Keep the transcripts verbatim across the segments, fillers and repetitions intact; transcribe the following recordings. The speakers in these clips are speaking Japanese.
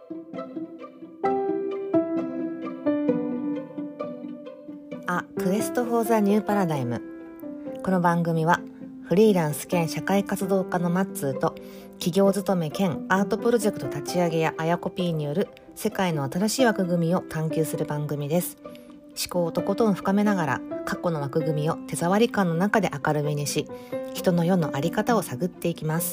A Quest for the New Paradigm。 この番組はフリーランス兼社会活動家のマッツーと企業勤め兼アートプロジェクト立ち上げやあやこ P による世界の新しい枠組みを探求する番組です。思考をとことん深めながら過去の枠組みを手触り感の中で明るみにし、人の世の在り方を探っていきます。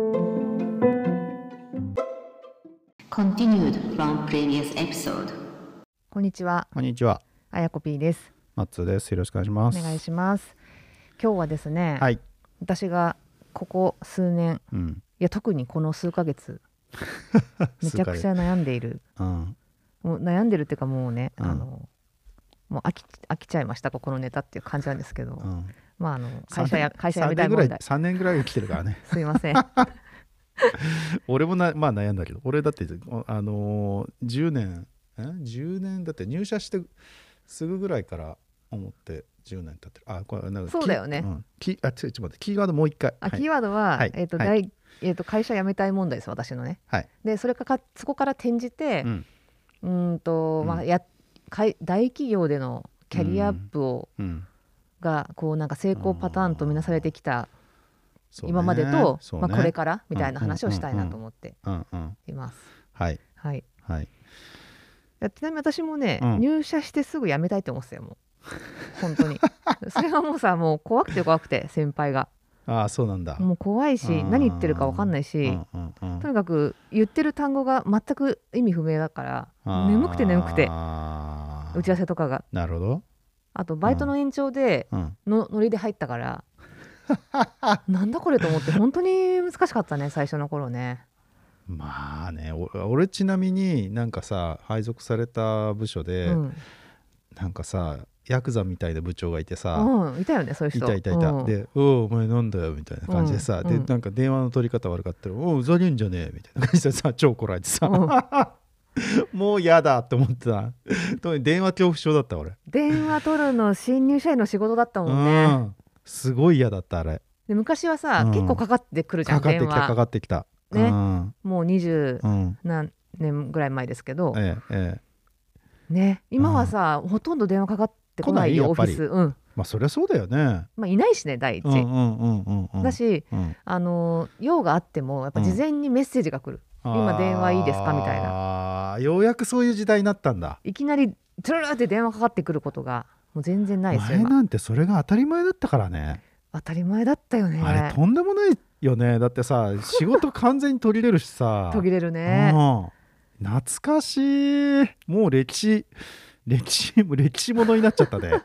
Continued from previous episode。 こんにちは。 こんにちは。 あやこ P です。 マッツーです。よろしくお願いします。 お願いします。今日はですね、 はい、 私がここ数年、 うん、 いや特にこの数ヶ月めちゃくちゃ悩んでいる、うん、もう悩んでるっていうかもうね、うん、あのもう飽き、飽きちゃいましたこのネタっていう感じなんですけど、うん、まああの会社や会社辞めたい問題さんねんぐらい生きてるからねすいません俺もな、まあ、悩んだけど、俺だってあのー、じゅうねんじゅうねんだって入社してすぐぐらいから思ってじゅうねん経ってる。あ、これなんかそうだよね、うん、 キあちょっと待って、キーワードもう一回。 あ、はい、キーワードは、はい、えーとはい、えーと会社辞めたい問題です、私のね、はい、でそれかかそこから転じて、うん、うんと、まあ、や大企業でのキャリアアップを、うん、がこうなんか成功パターンとみなされてきた、うん、今までと、ねまあ、これからみたいな話をしたいなと思っています。 はいはいはい。 ちなみに私もね、うん、入社してすぐ辞めたいと思ってたよ、もう本当にそれはもうさ、もう怖くて怖くて、先輩がああそうなんだ、 もう怖いし何言ってるか分かんないし、うんうんうん、とにかく言ってる単語が全く意味不明だから眠くて眠くて、打ち合わせとかが。 なるほど。 あとバイトの延長での、うん、ノリで入ったからなんだこれと思って、本当に難しかったね最初の頃ね。 まあね、俺ちなみになんかさ、配属された部署で、うん、なんかさヤクザみたいな部長がいてさ、 うん、いたよねそういう人。 いたいたいた、うん、でおお前なんだよみたいな感じでさ、うん、でなんか電話の取り方悪かったら、おおふざけんじゃねえみたいな感じでさ超怒られてさ、うん、もう嫌だって思ってたとに電話恐怖症だった俺。電話取るの新入社員の仕事だったもんね、うん、 すごい嫌だったあれ。 で昔はさ、うん、結構かかってくるじゃん、 かかってきたかかってきたね、うん、もうにじゅう何年ぐらい前ですけど、ええええ、ね、今はさ、うん、ほとんど電話かかってこないよ、オフィス。うん、 まあそりゃそうだよね。 まあ、いないしね第一、だし、うん、あの用があってもやっぱ事前にメッセージが来る、うん、今電話いいですかみたいな。 あようやくそういう時代になったんだ。 いきなりトゥルルって電話かかってくることがもう全然ないですよ。 前なんてそれが当たり前だったからね。 当たり前だったよね。 あれとんでもないよね。だってさ仕事完全に途切れるしさ途切れるね、 うん、懐かしい。もう歴史歴史歴史ものになっちゃったね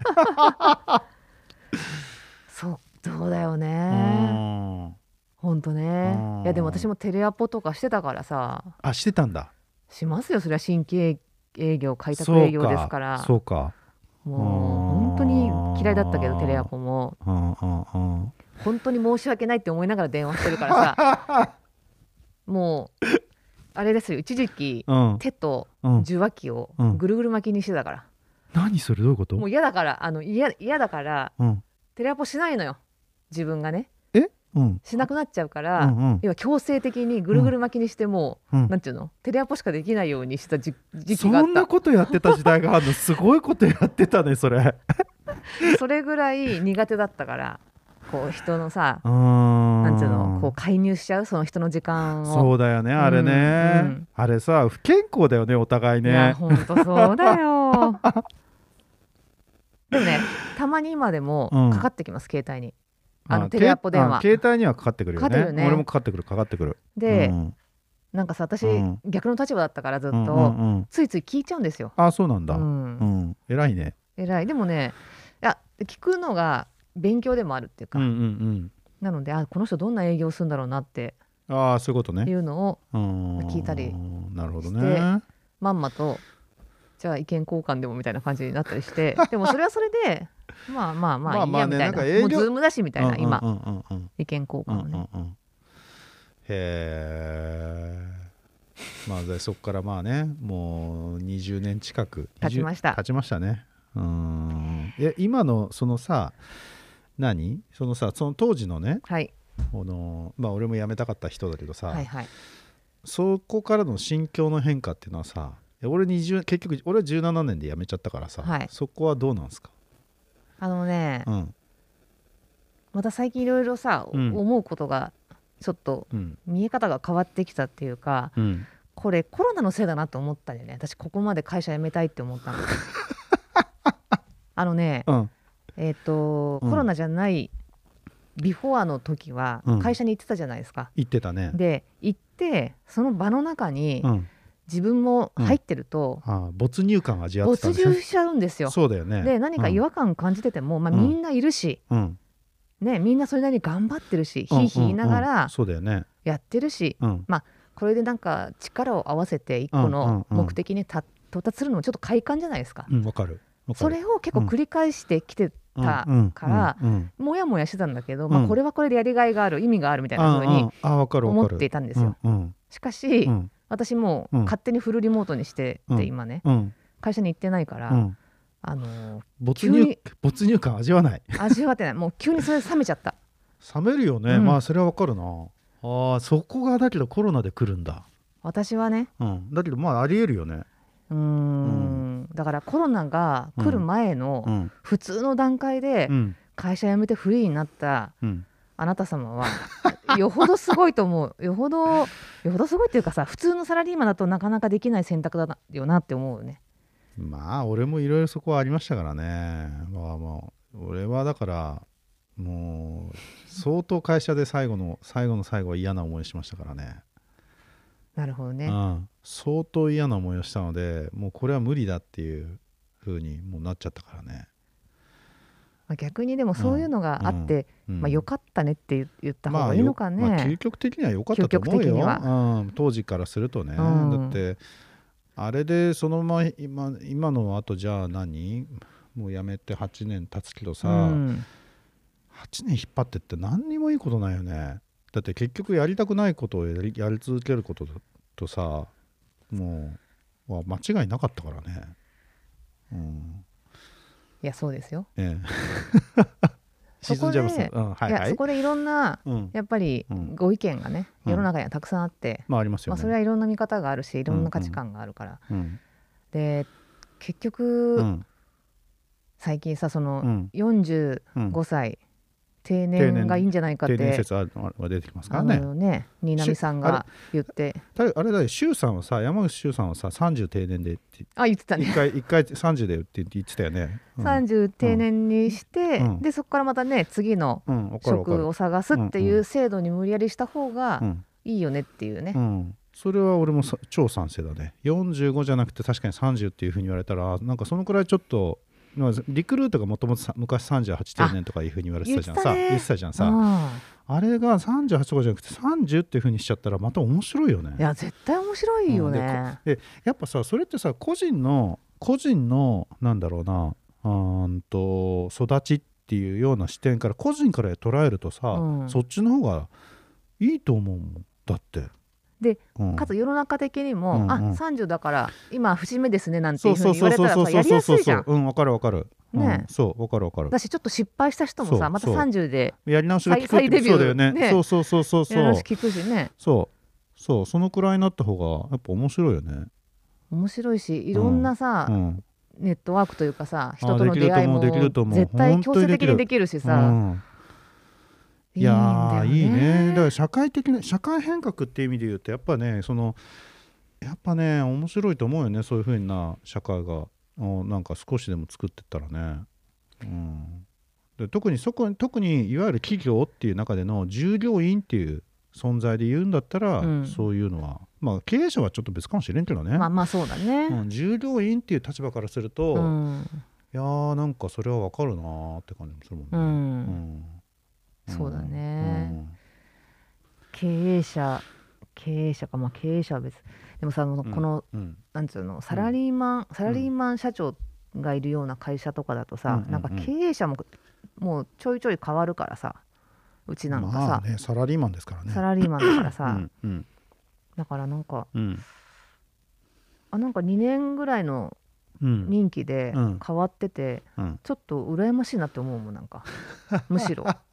そうそうだよね、ほんとね。いやでも私もテレアポとかしてたからさ。 あしてたんだ。しますよそれは新規営業開拓営業ですから。 そうかもう本当に嫌いだったけどテレアポも本当に申し訳ないって思いながら電話してるからさもうあれですよ、一時期、うん、手と受話器をぐるぐる巻きにしてたから、 うん、何それどういうこと？ もう嫌だからあの嫌だから、うん、テレアポしないのよ自分がね。 え、うん、 しなくなっちゃうから、うんうん、要は強制的にぐるぐる巻きにしても、うん、なんていうのテレアポしかできないようにした時期があった。 そんなことやってた時代があるのすごいことやってたねそれそれぐらい苦手だったから、こう人のさなんていうのこう介入しちゃうその人の時間を。 そうだよねあれね、うんうん、あれさ不健康だよねお互いね。いやほんとそうだよでもねたまに今でもかかってきます、うん、携帯にあのテレアポ電話。 携帯にはかかってくるよ ね, よね。俺もかかってくるかかってくるで、うん、なんかさ私、うん、逆の立場だったからずっと、うんうんうん、ついつい聞いちゃうんですよ。 あそうなんだ、うんうん、偉いね。 偉い。でもねいや聞くのが勉強でもあるっていうか、うんうんうん、なのであこの人どんな営業するんだろうなってあそういうことねいうのを聞いたりして、 なるほどね、 まんまとじゃあ意見交換でもみたいな感じになったりしてでもそれはそれでまあまあまあいいやみたいな、まあまあね、もうズームだしみたいな、うんうんうんうん、今、意見交換をね、うんうんうん、へえまあそこからまあねもうにじゅうねん近く経ちました経ちましたね。うーんいや今のそのさ何そのさその当時のね、 はい、 このまあ俺も辞めたかった人だけどさ、はいはい、 そこからの心境の変化っていうのはさ、俺にじゅう結局俺はじゅうななねんで辞めちゃったからさ、 はい、 そこはどうなんですか？ あのね、 うん、 また最近いろいろさ、うん、思うことがちょっと見え方が変わってきたっていうか、うん、これコロナのせいだなと思ったんだよね。私ここまで会社辞めたいって思ったのあのね、うん、えっ、ー、と、うん、コロナじゃないビフォアの時は会社に行ってたじゃないですか、 うん、行ってたね。 で行ってその場の中に自分も入ってると、 うんああ没入感味わってたんですね。没入しちゃうんですよ。 そうだよね。 で何か違和感感じてても、うんまあ、みんないるし、うんね、みんなそれなりに頑張ってるし、ひいひい言いながらやってるし、うんうんうん、まあこれでなんか力を合わせて一個の目的に到達するのもちょっと快感じゃないですか。 うん、わかる。 それを結構繰り返してきてたからもやもやしてたんだけど、まあ、これはこれでやりがいがある意味があるみたいな風に思っていたんですよ。しかし私もう勝手にフルリモートにしてて今ね会社に行ってないからあの没入没入感味わない味わってない。もう急にそれ冷めちゃった。 冷めるよね、うん、まあそれはわかるなあ。そこがだけどコロナで来るんだ私はね、 うん、だけどまあありえるよね。 うーん、うん、だからコロナが来る前の普通の段階で会社辞めてフリーになったあなた様はよほどすごいと思う。よほどよほどすごいっていうかさ、普通のサラリーマンだとなかなかできない選択だよなって思うよね。 まあ俺もいろいろそこはありましたからね。まあまあ俺はだからもう相当会社で最後の最後の最後は嫌な思いしましたからね。 なるほどね、 うん、相当嫌な思いをしたのでもうこれは無理だっていう風にもうなっちゃったからね。 まあ、逆にでもそういうのがあって、うんうんまあ、よかったねって言った方がいいのかね。 まあまあ、究極的には良かったと思うよ、うん、当時からするとね、うん、だってあれでそのまま 今, 今のあとじゃあ何もう辞めてはちねん経つけどさ、うん、はちねん引っ張ってって何にもいいことないよね。だって結局やりたくないことをや り, やり続けることとさもうは間違いなかったからね、うん、 いやそうですよ、 ええ、 そこで、うんはいはい、いやそこでいろんな、うん、やっぱりご意見がね、うん、世の中にはたくさんあって、 まあありますよね。 まあ、それはいろんな見方があるしいろんな価値観があるから、うんうん、で結局、うん、最近さそのよんじゅうごさい、定年がいいんじゃないかって定年説が出てきますからね。 あのね新浪さんが言ってあれあれだよ周さんはさ山口周さんはささんじゅう定年でってあ言ってたね。 一回一回さんじゅうでって言ってたよね、 うん、さんじゅう定年にして、うん、でそこからまたね次の職を探すっていう制度に無理やりした方がいいよねっていうね、うんうん、 それは俺も超賛成だね。よんじゅうごじゃなくて確かにさんじゅうっていうふうに言われたらなんかそのくらいちょっとリクルートがもともと昔さんじゅうはち定年とかいうふうに言われてたじゃんさ言ってたじゃんさ あ, あれがさんじゅうはちとかじゃなくてさんじゅうっていうふうにしちゃったらまた面白いよね。 いや絶対面白いよね、 うん、で, でやっぱさそれってさ個人の個人のなんだろうなうんと育ちっていうような視点から個人から捉えるとさ、うん、そっちの方がいいと思うもんだって。 で、うん、かつ世の中的にも、うんうん、あさんじゅうだから今節目ですねなんていうふうに言われたらさやりやすいじゃん。 うんわかるわかるね、うん、そうわかるわかる。 だしちょっと失敗した人もさまたさんじゅうでやり直しが聞くってそうだよね。ねそうそうそうそうそうやり直し聞くしね。 そうそうそのくらいになった方がやっぱ面白いよね。 面白いしいろんなさ、うんうん、ネットワークというかさ人との出会いも絶対強制的にできるしさ、うん、 いやーいいね。だから社会的な社会変革っていう意味で言うとやっぱねそのやっぱね面白いと思うよね。そういう風な社会がなんか少しでも作ってったらね、うん、で特にそこ特にいわゆる企業っていう中での従業員っていう存在で言うんだったら、うん、そういうのはまあ経営者はちょっと別かもしれんけどね。 まあまあそうだね、 うん、従業員っていう立場からすると、うん、いやーなんかそれはわかるなーって感じもするもんね、うんうん、そうだね、うん、経営者経営者かまあ経営者は別でもさこの、うん、なんつうのサラリーマン、うん、サラリーマン社長がいるような会社とかだとさ、うん、なんか経営者ももうちょいちょい変わるからさうちなんかさ、 まあね、サラリーマンですからねサラリーマンだからさうん、うん、だからなんか、うん、あなんかにねんぐらいの任期で変わってて、うん、ちょっと羨ましいなって思うもんなんかむしろ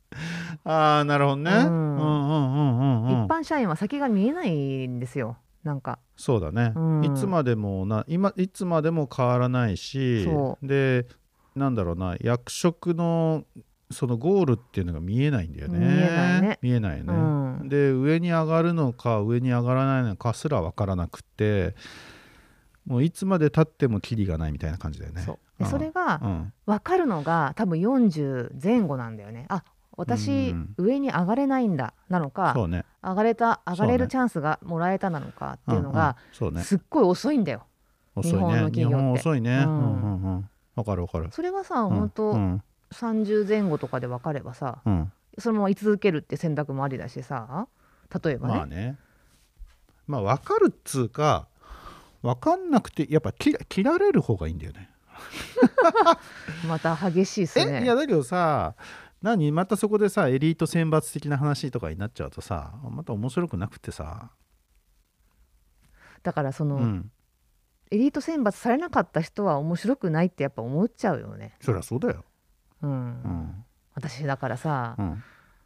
ああなるほどね、 ううんん、うんうんうんうん一般社員は先が見えないんですよなんか。 そうだね、 うん、 いつまでもな今いつまでも変わらないしそうでなんだろうな役職のそのゴールっていうのが見えないんだよね。 見えないね見えないよね、 うん、 で上に上がるのか上に上がらないのかすら分からなくてもういつまで経ってもキリがないみたいな感じだよね。 そうでんそれがうん分かるのが多分よんじゅうぜん後なんだよね。あ私うん上に上がれないんだなのか、 そうね上がれた上がれそうねるチャンスがもらえたなのかっていうのうんうんがそうねすっごい遅いんだよ、 遅いね日本の企業って。 日本遅いね、 ううんんうんうんわかるわかる。 それがさ、 うん本当うんさんじゅうぜん後とかで分かればさうんそのまま居続けるって選択もありだしさ、例えばね、 まあねまあ分かるっつうか分かんなくてやっぱ切ら切られる方がいいんだよね。 また激しいっすね。 えいやだけどさ何またそこでさエリート選抜的な話とかになっちゃうとさまた面白くなくてさ、 だからその、 うんエリート選抜されなかった人は面白くないってやっぱ思っちゃうよね。 そりゃそうだよ。 うん、 うん私だからさ、 うん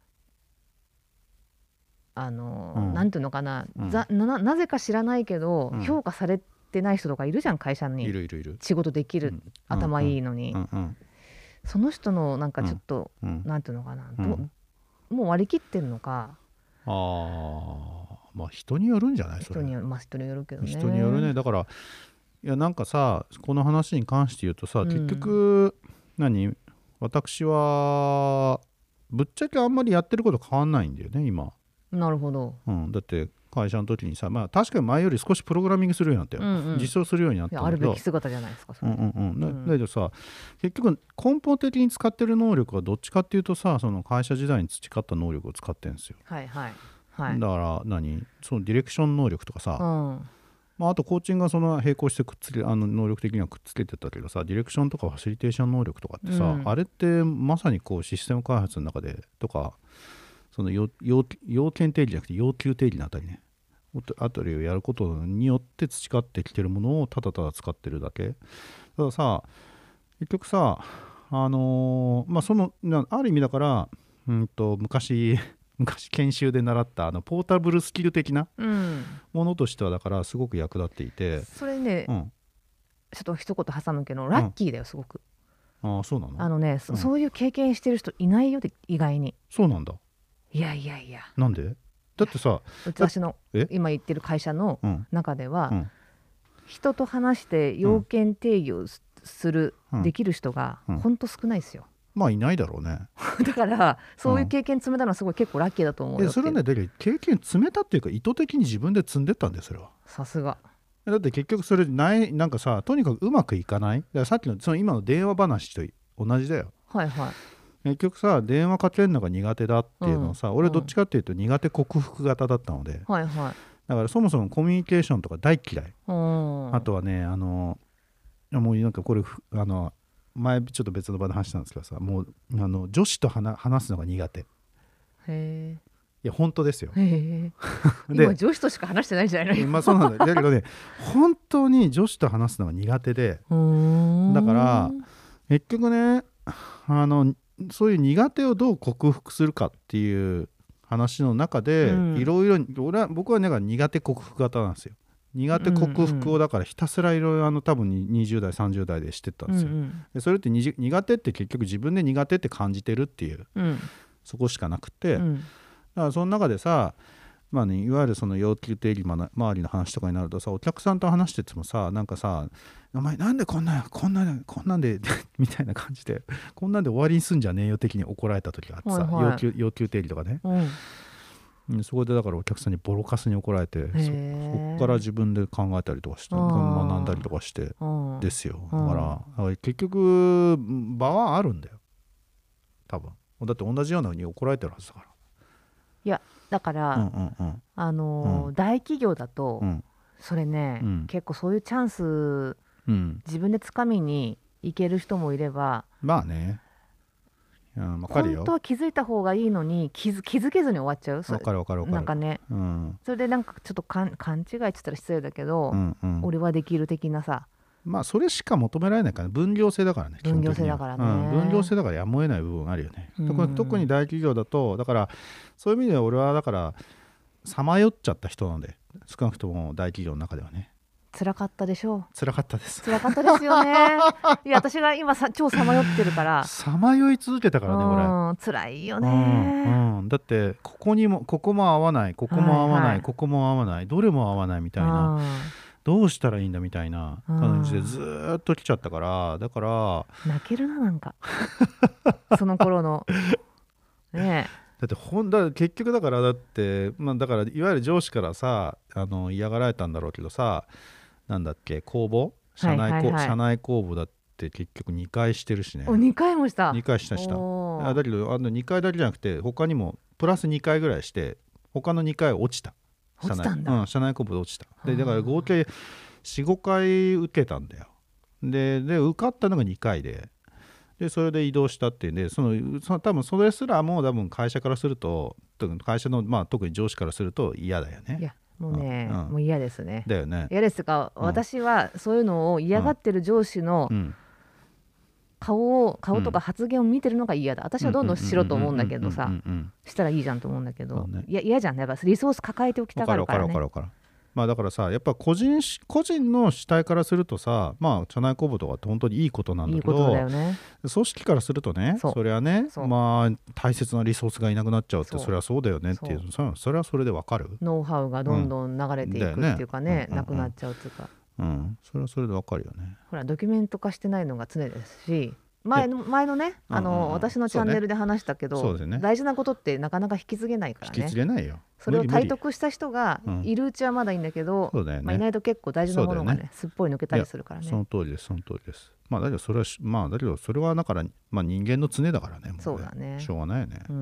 あの、 うんなんていうのかな、 うんざななぜか知らないけど、 うん評価されてない人とかいるじゃん会社いにるいるいる。 仕事できる、 うん頭いいのに、 うんうんその人のなんかちょっと、 うんなんていうのかな、 うんどもう割り切ってんのか、 ああまあ人によるんじゃないそれ。 人によるまあ人によるけどね。 人によるね。だからいやなんかさこの話に関して言うとさ、 うん結局何私はぶっちゃけあんまりやってること変わんないんだよね今、 なるほど。 うん、だって会社の時にさまあ確かに前より少しプログラミングするようになったよ、 うんうん実装するようになっいやあるたんだけどべき姿じゃないですかそれ。 うんうんうんだうんだけどさ結局根本的に使ってる能力はどっちかっていうとさその会社時代に培った能力を使ってるんですよ、 はいはいはい。 だから何そのディレクション能力とかさ、 うんまあ、あとコーチングがその並行してくっつけあの能力的にはくっつけてたけどさディレクションとかファシリテーション能力とかってさ、 うんあれってまさにこうシステム開発の中でとかその要要要件定義じゃなくて要求定義のあたりねあたりをやることによって培ってきてるものをただただ使ってるだけ。たださ結局さあのーまあそのなある意味だからうんと昔昔研修で習ったあのポータブルスキル的なうん、 ものとしてはだからすごく役立っていて、 それね、 うん、 ちょっと一言挟むけどラッキーだよすごく。 ああそうなのあのね、そうんそういう経験してる人いないよで意外に。 そうなんだ。 いやいやいや、 なんでだってさ私のえ今言ってる会社のうん中では、 うん人と話して要件定義をすする、 うんできる人がうんほんと少ないですよ。 まあいないだろうね。 だからそういう経験積めたのはすごい結構ラッキーだと思うよっていう。 えそれはねだけど経験積めたっていうか意図的に自分で積んでったんだよそれは。 さすが。 だって結局それないなんかさとにかくうまくいかないだからさっきのその今の電話話と同じだよ。 はいはい。 結局さ電話かけるのが苦手だっていうのをさ、 うん俺どっちかっていうと苦手克服型だったので、 はいはい。 だからそもそもコミュニケーションとか大嫌い。 うんあとはねあのもうなんかこれふあの前ちょっと別の場で話したんですけどさもうあの女子と話話すのが苦手。いへや本当ですよ。 え。へえ。 で今女子としか話してないんじゃないの。 まあそうなんだだけどね本当に女子と話すのが苦手でうーんだから結局ねあのそういう苦手をどう克服するかっていう話の中でうんいろいろ俺は僕はね苦手克服型なんですよ。苦手克服をだからひたすらいろいろあの多分にじゅう代さんじゅう代でしてったんですよ。 うんうんでそれってにじ苦手って結局自分で苦手って感じてるっていううんそこしかなくて、だうんからその中でさまあねいわゆるその要求定義まな周りの話とかになるとさお客さんと話しててもさなんかさお前なんでこんなこんなこんなんでみたいな感じでこんなんで終わりにすんじゃねえよ的に怒られた時があってさ、 はいはい要求要求定義とかね、 うん。 うんそこでだからお客さんにボロカスに怒られてそそへーこから自分で考えたりとかしてあー学んだりとかしてうんですよ。だうんからだから結局場はあるんだよ多分。だって同じようなのに怒られてるはずだかいやだから、 ら。うんうんうんあのーうん大企業だと、 うんそれね、 うん結構そういうチャンスうん自分でつかみに行ける人もいれば、 まあね。うんわかるよ。 本当は気づいた方がいいのに気づ気づけずに終わっちゃう。そわかるわかるわかる。 なんかねうんそれでなんかちょっとかん勘違いって言ったら失礼だけど、 うんうん俺はできる的なさまあそれしか求められないから、ね、分業制だからね。 分業制だからね、 うん、分業制だからやむを得ない部分あるよね、 うん、 特に特に大企業だと。だからそういう意味では俺はだからさまよっちゃった人なので、少なくとも大企業の中ではね。 辛かったでしょう。 辛かったです。 辛かったですよねいや私が今さ超さまよってるからさまよい続けたからねこれ。 うん辛いよね、 うんうん、だってここにもここも合わない、ここも合わない、はいはい、ここも合わない、どれも合わないみたいな、どうしたらいいんだみたいな感じでずーっと来ちゃったから。だから泣けるな、なんかその頃のねえ。 だってほんだ結局だからだって、まあ、だからいわゆる上司からさ、あの嫌がられたんだろうけどさ、なんだっけ、公募、社内、はいはいはい、社内公募だって結局にかいしてるしね。 おにかいもした。 にかいしたした。だけどあのにかいだけじゃなくて他にもプラスにかいぐらいして、他のにかい落ちた。 落ちたんだ。 うん、社内公募で落ちた。でだから合計 よん,ご 回受けたんだよ。でで受かったのがにかいで。でそれで移動したっていうんで、そのその多分それすらもう多分会社からすると、会社の、まあ、特に上司からすると嫌だよね。 いやもうね、うん、もう嫌ですね。 だよね。 嫌ですか、うん、私はそういうのを嫌がってる上司の顔を顔とか発言を見てるのが嫌だ。私はどんどんしろと思うんだけどさ、したらいいじゃんと思うんだけど、いや嫌じゃん。やっぱリソース抱えておきたがるからね。 わかるわかるわかる。まあだからさ、やっぱ個人個人の主体からするとさ、まあ社内公募とかって本当にいいことなんだけど、いいことだよね。組織からするとね、 そ, それはね、まあ大切なリソースがいなくなっちゃうって、 そ, それはそうだよねっていう、そ, それはそれでわかる。 ノウハウがどんどん流れていくっていうかね、なくなっちゃうっていうか、 うん、それはそれでわかるよね。 ほらドキュメント化してないのが常ですし、前の前のね、あの、うんうんうん、私のチャンネルで話したけど、そうね、大事なことってなかなか引き継げないからね。 引き継げないよ。 それを体得した人がいるうちはまだいいんだけど、うん、ね、まあ、いないと結構大事なものが ね, ねすっぽり抜けたりするからね。 その通りです、その通りです。まあだけどそれは、まあ、だけどそれはだから、まあ、人間の常だからね。もうね、 そうだね、 しょうがないよね。 うん、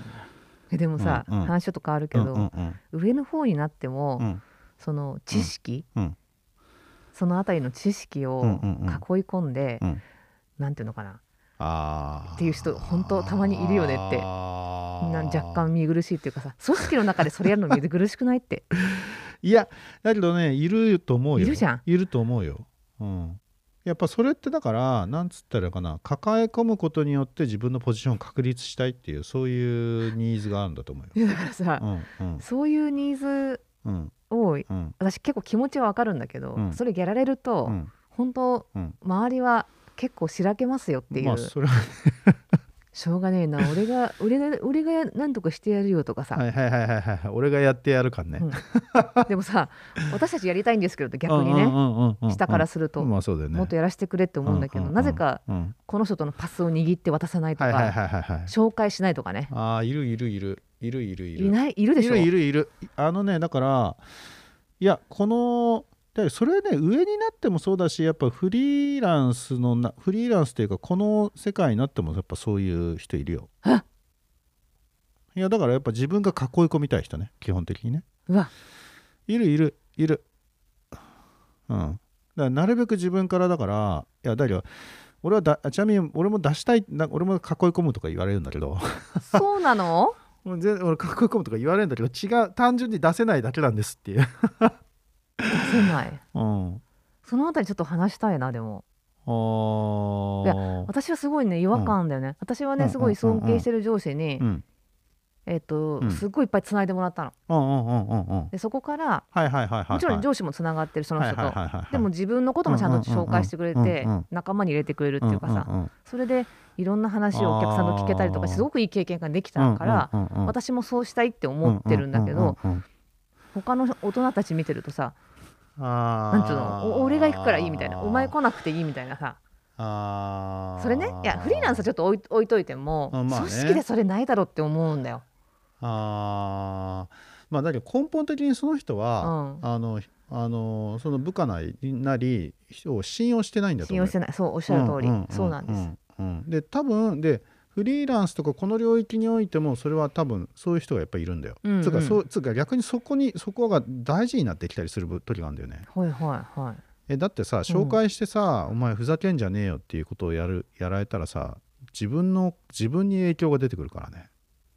でもさ、うんうん、話ちょっと変わるけど、うんうんうん、上の方になっても、うん、その知識、うんうん、そのあたりの知識を囲い込んで、うんうんうん、なんていうのかな、あっていう人本当たまにいるよねって。な若干見苦しいっていうかさ、組織の中でそれやるの見苦しくないっていやだけどね、いると思うよ。 いるじゃん。 いると思うよ、うん、やっぱそれってだからなんつったらかな、抱え込むことによって自分のポジションを確立したいっていう、そういうニーズがあるんだと思うよ。 だからさ、うんうん、そういうニーズを、うん、私結構気持ちはわかるんだけど、うん、それやられると、うん、本当、うん、周りは結構しらけますよっていう、まあそれはしょうがねえな、俺が俺が俺が何とかしてやるよとかさ、 はいはいはいはいはい、俺がやってやるかね、うん、 でもさ、私たちやりたいんですけど逆にね、下からすると、まあそうだよね、もっとやらせてくれって思うんだけど、なぜかこの人とのパスを握って渡さないとか、はいはいはいはい、紹介しないとかね。 ああ、いるいるいるいるいるいるいないいるでしょ。 いるいるいる。あのね、だからいやこのだそれね、上になってもそうだし、やっぱフリーランスのなフリーランスっていうかこの世界になってもやっぱそういう人いるよ。いやだからやっぱ自分が囲い込みたい人ね、基本的にね。 うわ、 いるいるいる。うん。だからなるべく自分からだから、いやだけど俺はだちなみに俺も出したいな、俺も囲い込むとか言われるんだけど。 そうなの？ もう全然俺囲い込むとか言われるんだけど、違う、単純に出せないだけなんですっていう。 出せない、うん、そのあたりちょっと話したいな。でもあ、いや私はすごいね違和感だよね、うん、私はねすごい尊敬してる上司に、うん、えーとうん、すっごいいっぱいつないでもらったの、うんうんうんうん、でそこから、はいはいはいはい、もちろん上司もつながってるその人と、はいはいはいはい、でも自分のこともちゃんと紹介してくれて、うんうんうん、仲間に入れてくれるっていうかさ、うんうんうん、それでいろんな話をお客さんと聞けたりとかすごくいい経験ができたから、うんうんうんうん、私もそうしたいって思ってるんだけど、うんうんうんうん、他の大人たち見てるとさ、あなんちゅうの、俺が行くからいいみたいな、お前来なくていいみたいなさ、あそれね、いやフリーランスはちょっと置い、置いといても、まあね、組織でそれないだろって思うんだよ。あまあだけど根本的にその人は、うん、あのあのその部下なりなり人を信用してないんだと思う。信用してない、そうおっしゃる通り、うんうんうん、そうなんです、うんうん、で多分でフリーランスとかこの領域においてもそれは多分そういう人がやっぱりいるんだよ、うんうん、つうかそうつうか逆にそこにそこが大事になってきたりする時があるんだよね。はいはいはい。えだってさ紹介してさ、うん、お前ふざけんじゃねえよっていうことをやるやられたらさ、自分の自分に影響が出てくるからね。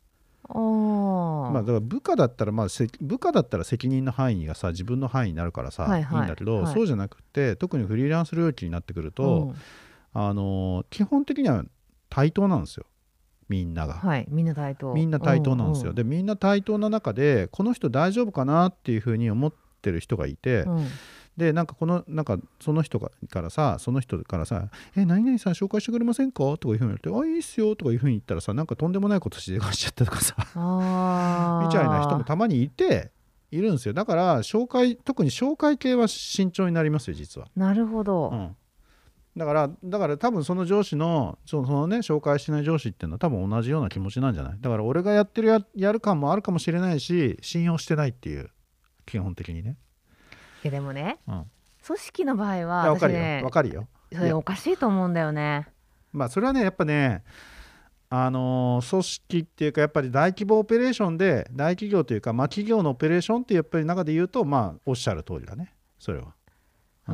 あ、 まあ、だから部下だったら、まあ、せ部下だったら責任の範囲がさ自分の範囲になるからさ、 はいはい、 いいんだけど、 はい、 そうじゃなくて特にフリーランス領域になってくると、 うん、 あの基本的には対等なんですよ、みんなが。 はい、みんな対等、 みんな対等なんですよ、 うん、 でみんな対等な中でこの人大丈夫かなっていうふうに思ってる人がいて、 うん、 でなんかこのなんかその人からさその人からさ「え何々さん紹介してくれませんか?」とかいうふうに言って「あいいっすよ」とかいうふうに言ったらさ、なんかとんでもないことしでかしちゃったとかさみたいな人もたまにいているんですよ。だから紹介特に紹介系は慎重になりますよ実は。 なるほど、 うん、だからだから多分その上司のその、そのね紹介しない上司っていうのは多分同じような気持ちなんじゃない。だから俺がやってる や, やる感もあるかもしれないし信用してないっていう基本的にね。 いやでもね、 うん、 組織の場合は分かるよ、 私ね、 分かるよ。 それおかしいと思うんだよね。 まあそれはねやっぱねあのー組織っていうかやっぱり大規模オペレーションで大企業というか、まあ、企業のオペレーションってやっぱり中で言うとまあおっしゃる通りだねそれは。 うん、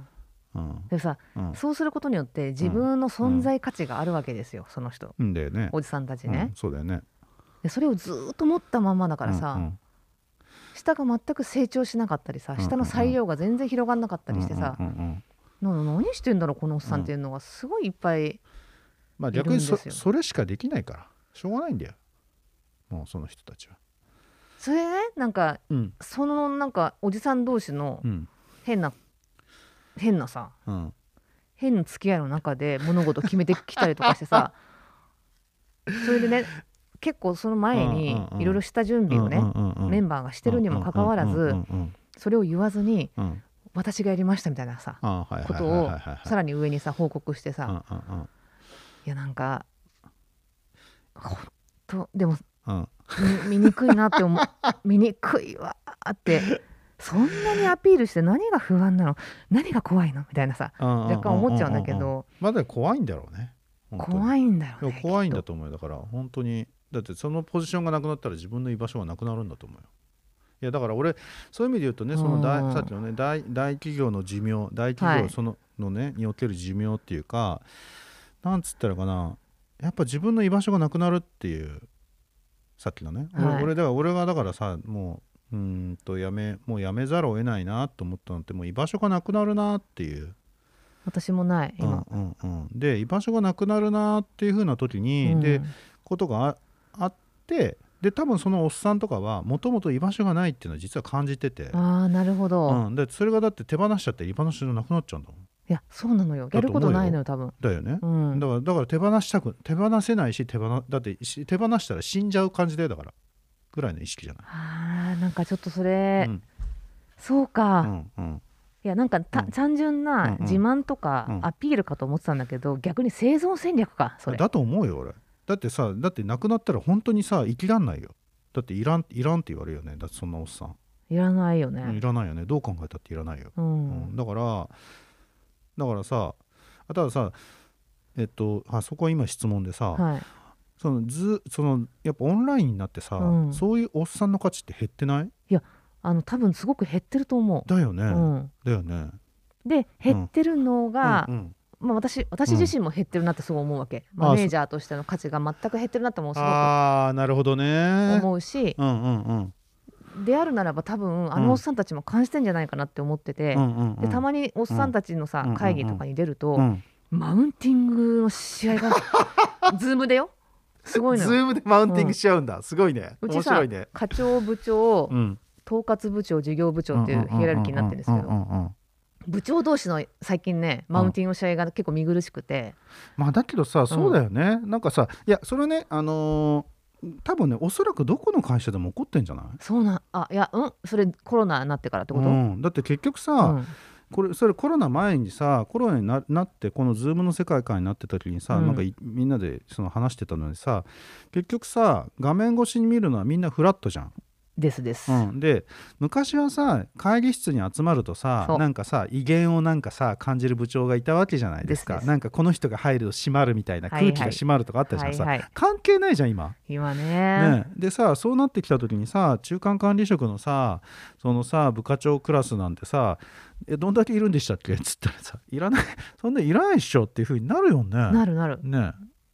うん、 でさ、うん、そうすることによって自分の存在価値があるわけですよ、うん、その人、 うんだよね、 おじさんたちね、 うん、そうだよね。 でそれをずっと持ったまんまだからさ、うんうん、下が全く成長しなかったりさ、下の裁量が全然広がんなかったりしてさ、うんうんうん、な何してんだろうこのおっさんっていうのがすごいいっぱいいるんですよ。 まあ逆に そ, それしかできないからしょうがないんだよもうその人たちは。 それねなんか、うん、そのなんかおじさん同士の変な、うん、変なさ、うん、変な付き合いの中で物事決めてきたりとかしてさそれでね結構その前にいろいろした準備をね、うんうんうん、メンバーがしてるにもかかわらずそれを言わずに、うん、私がやりましたみたいなさことをさらに上にさ報告してさ、うんうんうん、いやなんかほんとでも、うん、見にくいなって思う見にくいわってそんなにアピールして何が不安なの何が怖いのみたいなさ若干思っちゃうんだけど、 まだ怖いんだろうね。 怖いんだよね。 怖いんだと思うよ。だから本当にだってそのポジションがなくなったら自分の居場所がなくなるんだと思うよ。いやだから俺そういう意味で言うとねその大さっきのね 大, 大企業の寿命大企業その、はい、のねにおける寿命っていうかなんつったらかなやっぱ自分の居場所がなくなるっていうさっきのね、はい、俺, 俺だから俺がだからさもううんとやめもうやめざるを得ないなと思ったのってもう居場所がなくなるなっていう。 私もない今、 うんうんうん、で居場所がなくなるなっていう風な時に、うん、でことが あ, あってで多分そのおっさんとかはもともと居場所がないっていうのは実は感じてて、 ああなるほど、 うん、でそれがだって手放しちゃって居場所がなくなっちゃうんだもん。 いやそうなのよやることないのよ多分だよね、 うん、 だからだから手放したく手放せないし手放だって手放したら死んじゃう感じだよだからぐらいの意識じゃない。 あーなんかちょっとそれ、うん、そうか、うんうんいやなんかた、うん、単純な自慢とかアピールかと思ってたんだけど、うん、逆に生存戦略かそれだと思うよ俺。だってさだって亡くなったら本当にさ生きらんないよ。だっていらんいらんって言われるよね。だってそんなおっさんいらないよね、 うん、いらないよね。どう考えたっていらないよ、 うんうん、だからだからさたださえっとあそこは今質問でさ、はい、そのずそのやっぱオンラインになってさ、うん、そういうおっさんの価値って減ってない？ いやあの多分すごく減ってると思う。 だよね、 うん、 だよね。 で減ってるのが、うんうんうんまあ、私, 私自身も減ってるなってすごい思うわけ、うん、マネージャーとしての価値が全く減ってるなってもすごくあなるほどね思うし、 うんうんうん、 であるならば多分あのおっさんたちも感じてんじゃないかなって思ってて、うんうんうん、でたまにおっさんたちのさ、うん、会議とかに出ると、うんうん、マウンティングの試合がズームでよすごいのよ。 ズームでマウンティングしちゃうんだ、うん、すごいね。 うちさ面白いね。 課長部長、うん統括部長事業部長っていうヒエラルキーになってるんですけど部長同士の最近ねマウンティングの試合が結構見苦しくて、 うん、まあだけどさそうだよね、うん、なんかさいやそれねあのー、多分ねおそらくどこの会社でも起こってんじゃない？ そうなあいやうんそれコロナになってからってこと、 うん、だって結局さ、うんこれそれコロナ前にさコロナに な, なってこのズームの世界観になってた時にさ、うん、なんかみんなでその話してたのにさ結局さ画面越しに見るのはみんなフラットじゃん。 ですです、 うん、で昔はさ会議室に集まるとさなんかさ威厳をなんかさ感じる部長がいたわけじゃないですか。ですですなんかこの人が入ると閉まるみたいな空気が閉まるとかあったじゃん、はいはい、さ、はいはい、関係ないじゃん今今 ね, ねでさそうなってきた時にさ中間管理職のさそのさ部課長クラスなんてさえどんだけいるんでしたっけっつったらさいらないそんないらないっしょっていう風になるよね。 なるなるね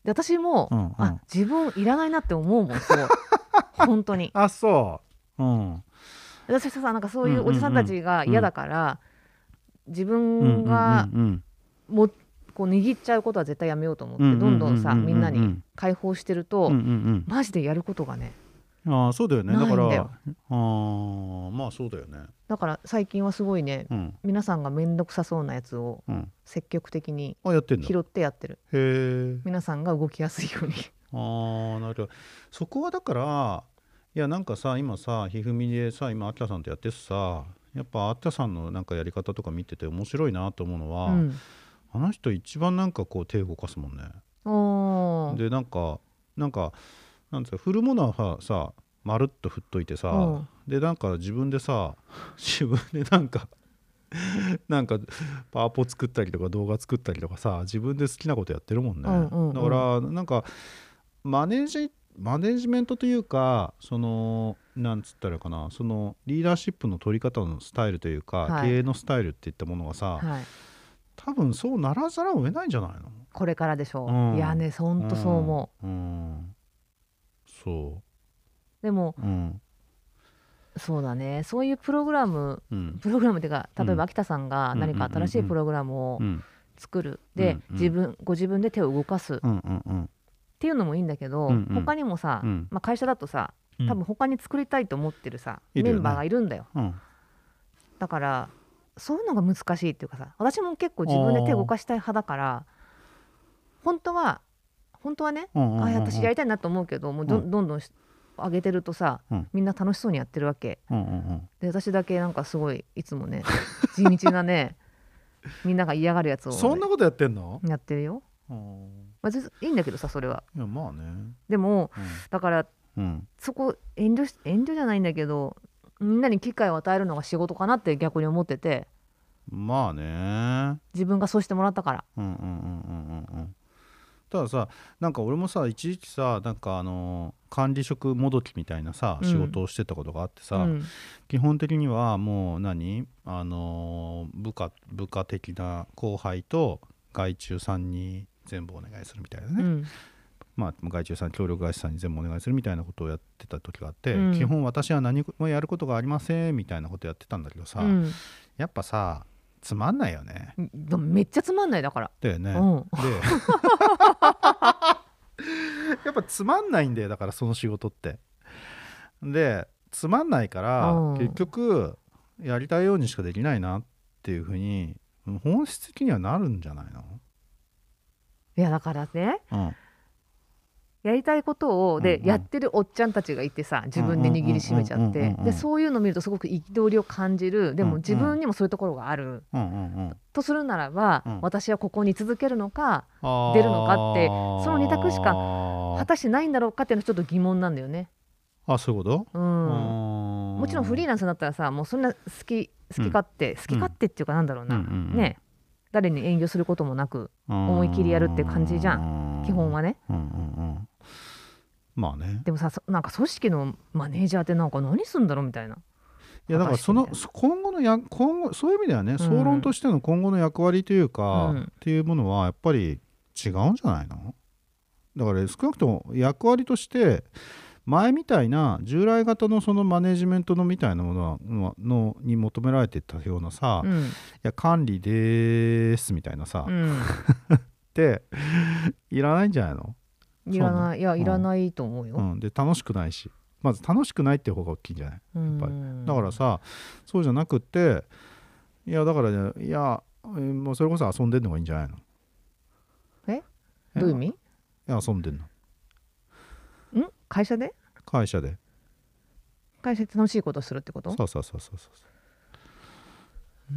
で私も、 うんうん、 あ自分いらないなって思うもんすごい本当に。 あそう、うん、 私さなんかそういうおじさんたちが嫌だから、うん、自分がもこう握っちゃうことは絶対やめようと思って、うんうんうんうん、どんどんさみんなに解放してると、うんうんうん、マジでやることがねあそうだよね。 ないんだよ。 だからあまあそうだよね。 だから最近はすごいね、うん、皆さんが面倒くさそうなやつを積極的に拾ってやってる。 へー、 皆さんが動きやすいようにあなるほど。そこはだからいやなんかさ今さひふみでさ今あきらさんとやってさやっぱあきらさんのなんかやり方とか見てて面白いなと思うのは、うん、あの人一番なんかこう手動かすもんね。 おでなんかなんかなんつうか振るものはさまるっと振っといてさ、うん、でなんか自分でさ自分でなんかなんかパワポ作ったりとか動画作ったりとかさ自分で好きなことやってるもんね、うんうんうん、だからなんかマネージマネジメントというかそのなんつったらかなそのリーダーシップの取り方のスタイルというか、はい、経営のスタイルっていったものがさ、はい、多分そうならざるを得ないんじゃないのこれからでしょう、うん、いやねほんとそう思う、うんうん、 そうでも、うん、そうだねそういうプログラム、うん、プログラムっていうか例えば秋田さんが何か新しいプログラムを作る、うん、で、うんうん、自分ご自分で手を動かす、うんうんうん、っていうのもいいんだけど、うんうん、他にもさ、うんまあ、会社だとさ多分他に作りたいと思ってるさ、うん、メンバーがいるんだよ、うん、だからそういうのが難しいっていうかさ私も結構自分で手を動かしたい派だから本当は本当はね、うんうんうんうん、あ私やりたいなと思うけどもう ど,、うん、どんどん上げてるとさ、うん、みんな楽しそうにやってるわけ、うんうんうん、で私だけなんかすごいいつもね地道なねみんなが嫌がるやつを、ね、 そんなことやってんの？ やってるよ、まあ、いいんだけどさそれは。 いやまあねでも、うん、だから、うん、そこ遠慮し遠慮じゃないんだけどみんなに機会を与えるのが仕事かなって逆に思ってて。 まあね自分がそうしてもらったから。 うんうんうんうんうんうんたださなんか俺もさ一時期さなんかあのー、管理職もどきみたいなさ、うん、仕事をしてたことがあってさ、うん、基本的にはもう何あのー、部下部下的な後輩と外注さんに全部お願いするみたいなね、うん、まあ外注さん協力会社さんに全部お願いするみたいなことをやってた時があって、うん、基本私は何もやることがありませんみたいなことやってたんだけどさ、やっぱさつまんないよね。 めっちゃつまんないだからだよね、うん、でやっぱつまんないんだよだからその仕事ってでつまんないから、うん、結局やりたいようにしかできないなっていうふうに本質的にはなるんじゃないの？ いやだからね、うんやりたいことをで、うんうん、やってるおっちゃんたちがいてさ自分で握りしめちゃってでそういうのを見るとすごく憤りを感じる。でも自分にもそういうところがある、うんうん、とするならば、うん、私はここに続けるのか出るのかってそのに択しか果たしてないんだろうかっていうのはちょっと疑問なんだよね。 あそういうこと、うん、 もちろんフリーランスだったらさもうそんな好き好き勝手、うん、好き勝手っていうかなんだろうな、うんうんうん、ね誰に遠慮することもなく思い切りやるって感じじゃん基本はね、うんうんうんまあね、 でもさなんか組織のマネージャーってなんか何すんだろうみたいな。 いやだからその今後のや今後そういう意味ではね、うん、総論としての今後の役割というか、うん、っていうものはやっぱり違うんじゃないの？だから少なくとも役割として前みたいな従来型のそのマネジメントのみたいなものはのに求められてたようなさ、うん、いや管理ですみたいなさ、うん、っていらないんじゃないの？ いらないいやいらないと思うよ、 うん、で楽しくないしまず楽しくないっていう方が大きいんじゃないやっぱりだからさそうじゃなくっていやだからねいやもうそれこそ遊んでんのがいいんじゃないの？ えどういう意味？いや遊んでんのん会社で会社で会社で楽しいことするってこと？ そうそうそうそうそううん、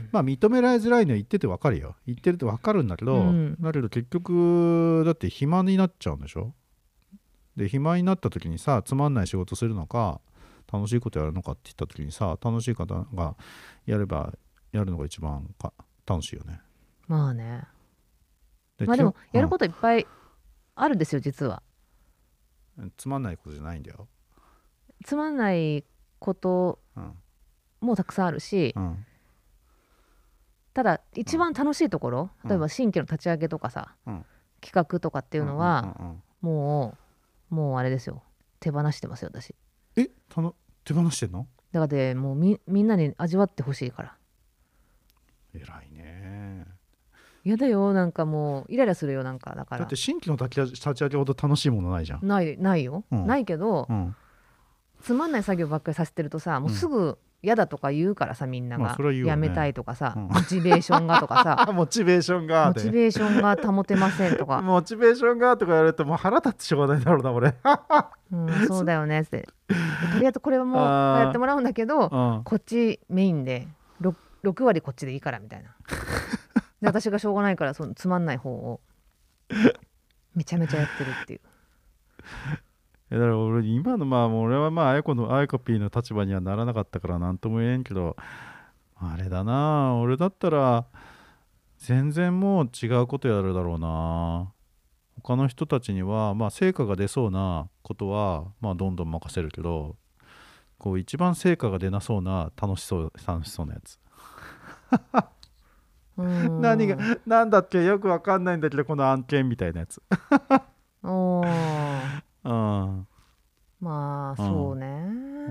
まあ認められづらいのは言ってて分かるよ言ってるって分かるんだけど、うん、だけど結局だって暇になっちゃうんでしょ。で暇になった時にさつまんない仕事するのか楽しいことやるのかって言った時にさ楽しい方がやればやるのが一番か楽しいよね。 まあねでまあでもやることいっぱいあるんですよ、うん、実はつまんないことじゃないんだよ。 つまんないこともたくさんあるし、うんただ一番楽しいところ、うん、例えば新規の立ち上げとかさ、うん、 企画とかっていうのは、 うんうんうんうん、 もうもうあれですよ、手放してますよ私。 えたの手放してんの？ だからでもう み, みんなに味わってほしいから。 偉いね。 嫌だよ、なんかもうイライラするよ、なんかだから。 だって新規の立ち上げ立ち上げほど楽しいものないじゃん。 ないないよ、 うん、 ないけど、 うん、 つまんない作業ばっかりさせてるとさ、もうすぐ嫌だとか言うからさ、みんなが、 まあそれは言うわね、 やめたいとかさ、 うん、 モチベーションがとかさモチベーションがモチベーションが保てませんとかモチベーションがとか言われるともう腹立ってしょうがないだろうな俺うん、そうだよねって。とりあえずこれはもうやってもらうんだけど、 うん、 こっちメインで 6, ろく割こっちでいいからみたいな。で私がしょうがないからそのつまんない方をめちゃめちゃやってるっていう。 だから俺今のまあ俺はまああやこのあやこ P の立場にはならなかったから何とも言えんけど、あれだな、俺だったら全然もう違うことやるだろうな。他の人たちにはまあ成果が出そうなことはまあどんどん任せるけど、こう一番成果が出なそうな楽しそう楽しそうなやつ何が何だっけよくわかんないんだけど、この案件みたいなやつおうん、 まあそうね、 うん、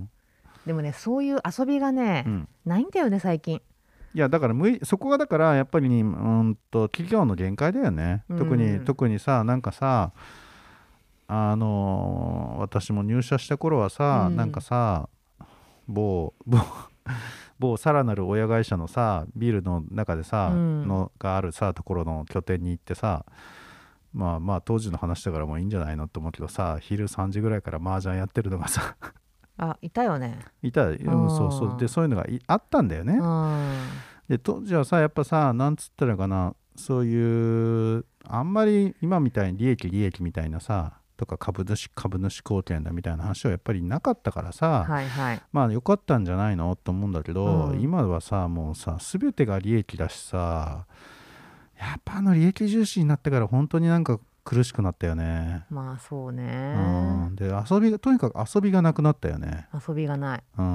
でもねそういう遊びがね、うん、ないんだよね最近。 いやだからむそこがだからやっぱり、うんと企業の限界だよね、うん、特に特にさなんかさあのー、私も入社した頃はさ、うん、なんかさ某某某さらなる親会社のさビルの中でさ、うん、のがあるさところの拠点に行ってさ、まあまあ当時の話だからもういいんじゃないのって思うけどさ、昼さんじぐらいから麻雀やってるのがさあいたよねいた、うん、そうそうでそういうのがあったんだよね。で当時はさやっぱさなんつったらかな、そういうあんまり今みたいに利益利益みたいなさとか株主株主貢献だみたいな話はやっぱりなかったからさ、 はいはい、 まあ良かったんじゃないのと思うんだけど、うん、今はさもうさ全てが利益だしさ、やっぱあの利益重視になってから本当になんか苦しくなったよね。 まあそうね、 うん、で遊びがとにかく遊びがなくなったよね。 遊びがない、 うん、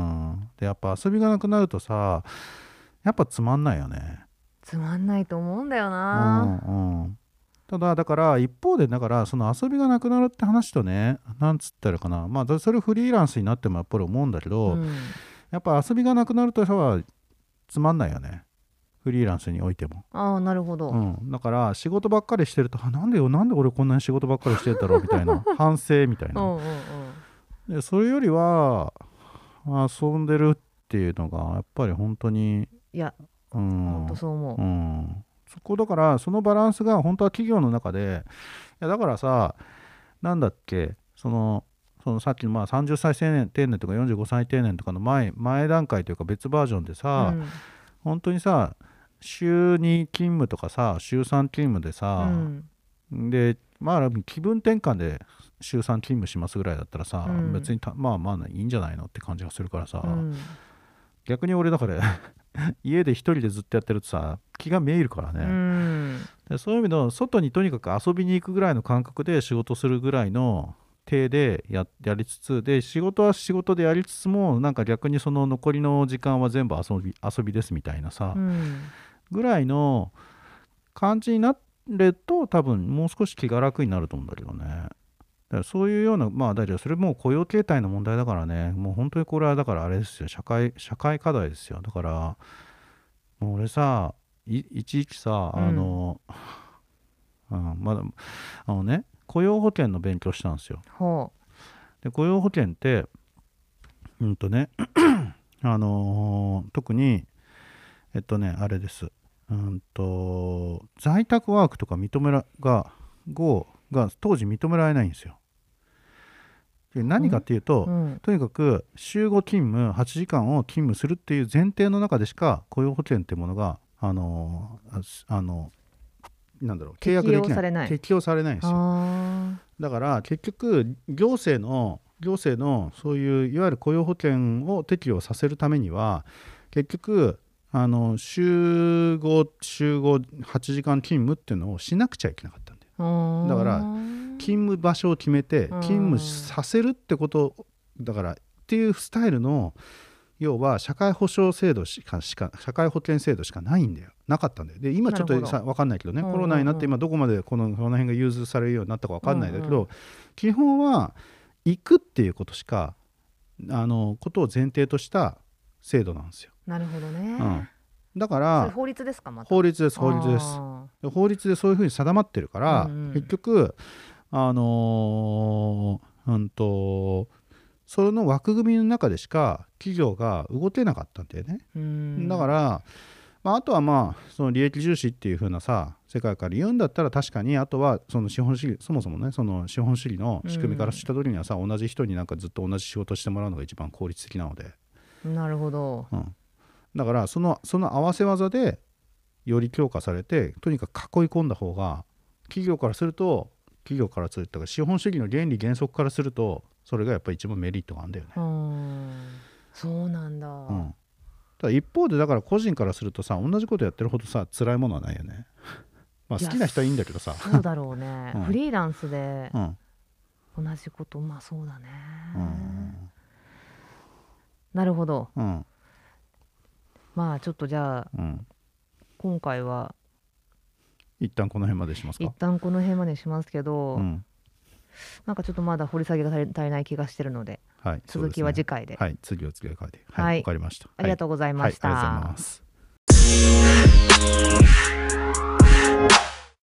でやっぱ遊びがなくなるとさやっぱつまんないよね。 つまんないと思うんだよな、 うんうん、ただだから一方でだからその遊びがなくなるって話とね、なんつったらかな、まあそれフリーランスになってもやっぱり思うんだけど、うん、やっぱ遊びがなくなるとはつまんないよね、フリーランスにおいても。 ああなるほど、 うん、だから仕事ばっかりしてるとあなんでよなんで俺こんなに仕事ばっかりしてるんだろうみたいな反省みたいなうんうん、うん、でそれよりは遊んでるっていうのがやっぱり本当にいやうん、 本当そう思う、 うん、そこだからそのバランスが本当は企業の中で、いやだからさなんだっけそのそのさっきのまあさんじゅっさい定年とかよんじゅうごさい定年とかの 前, 前段階というか別バージョンでさ、うん、本当にさ週に勤務とかさ週さん勤務でさ、うん、でまあ気分転換で週さん勤務しますぐらいだったらさ、うん、別にたまあまあいいんじゃないのって感じがするからさ、うん、逆に俺だから家で一人でずっとやってるとさ気がめいるからね、うん、でそういう意味で外にとにかく遊びに行くぐらいの感覚で仕事するぐらいの手で や, やりつつで仕事は仕事でやりつつもなんか逆にその残りの時間は全部遊び、遊びですみたいなさ、うん、ぐらいの感じになると多分もう少し気が楽になると思うんだけどね。だからそういうようなまあだけどそれも雇用形態の問題だからね、もう本当にこれはだからあれですよ、社会社会課題ですよ。だからもう俺さ い, いちいちさあの、うん、まだあのね雇用保険の勉強したんですよ。 ほうで雇用保険ってうんとねあのー、特にえっとねあれですうんと在宅ワークとか認めらが Go が当時認められないんですよ。で何かっていうと、うん、とにかく週ご勤務はちじかんを勤務するっていう前提の中でしか雇用保険っていうものがあのー、あのなんだろう契約できない適用されないんですよ。だから結局行政の行政のそういういわゆる雇用保険を適用させるためには結局あの週ご週ごはちじかん勤務っていうのをしなくちゃいけなかったんだよ。だから勤務場所を決めて勤務させるってことだからっていうスタイルの要は社会保障制度しかしか社会保険制度しかないんだよ。なかったんだよ。で今ちょっとさ分かんないけどね、 うんうんうん、 コロナになって今どこまでこのこの辺が融通されるようになったか分かんないんだけど、うんうん、基本は行くっていうことしかあのことを前提とした制度なんですよ。 なるほどね、 うん、だからそれ法律ですか？また法律です法律です。法律でそういうふうに定まってるから、うんうん、結局あのー、うんとその枠組みの中でしか企業が動けなかったんだよね。うんだから、まあ、あとはまあその利益重視っていう風なさ世界から言うんだったら確かに、あとはその資本主義、そもそもねその資本主義の仕組みからした時にはさ、同じ人になんかずっと同じ仕事してもらうのが一番効率的なので。 なるほど、 うん、だからそのその合わせ技でより強化されて、とにかく囲い込んだ方が企業からすると企業からすると資本主義の原理原則からするとそれがやっぱり一番メリットがあるんだよね。 うん、そうなんだ、 うん、ただ一方でだから個人からするとさ、同じことやってるほどさ辛いものはないよね。まあ好きな人はいいんだけどさ。 そうだろうね、うん、フリーランスで同じこと、まあそうだね、うん、なるほど、うん、まあちょっとじゃあ、うん、今回は一旦この辺までしますか。 一旦この辺までしますけど、うん、なんかちょっとまだ掘り下げが足り、足りない気がしてるので、はい、続きは次回で。 はい、次は次回で。はい、わ、はい、かりました。 ありがとうございました。 はい、ありがとうございます。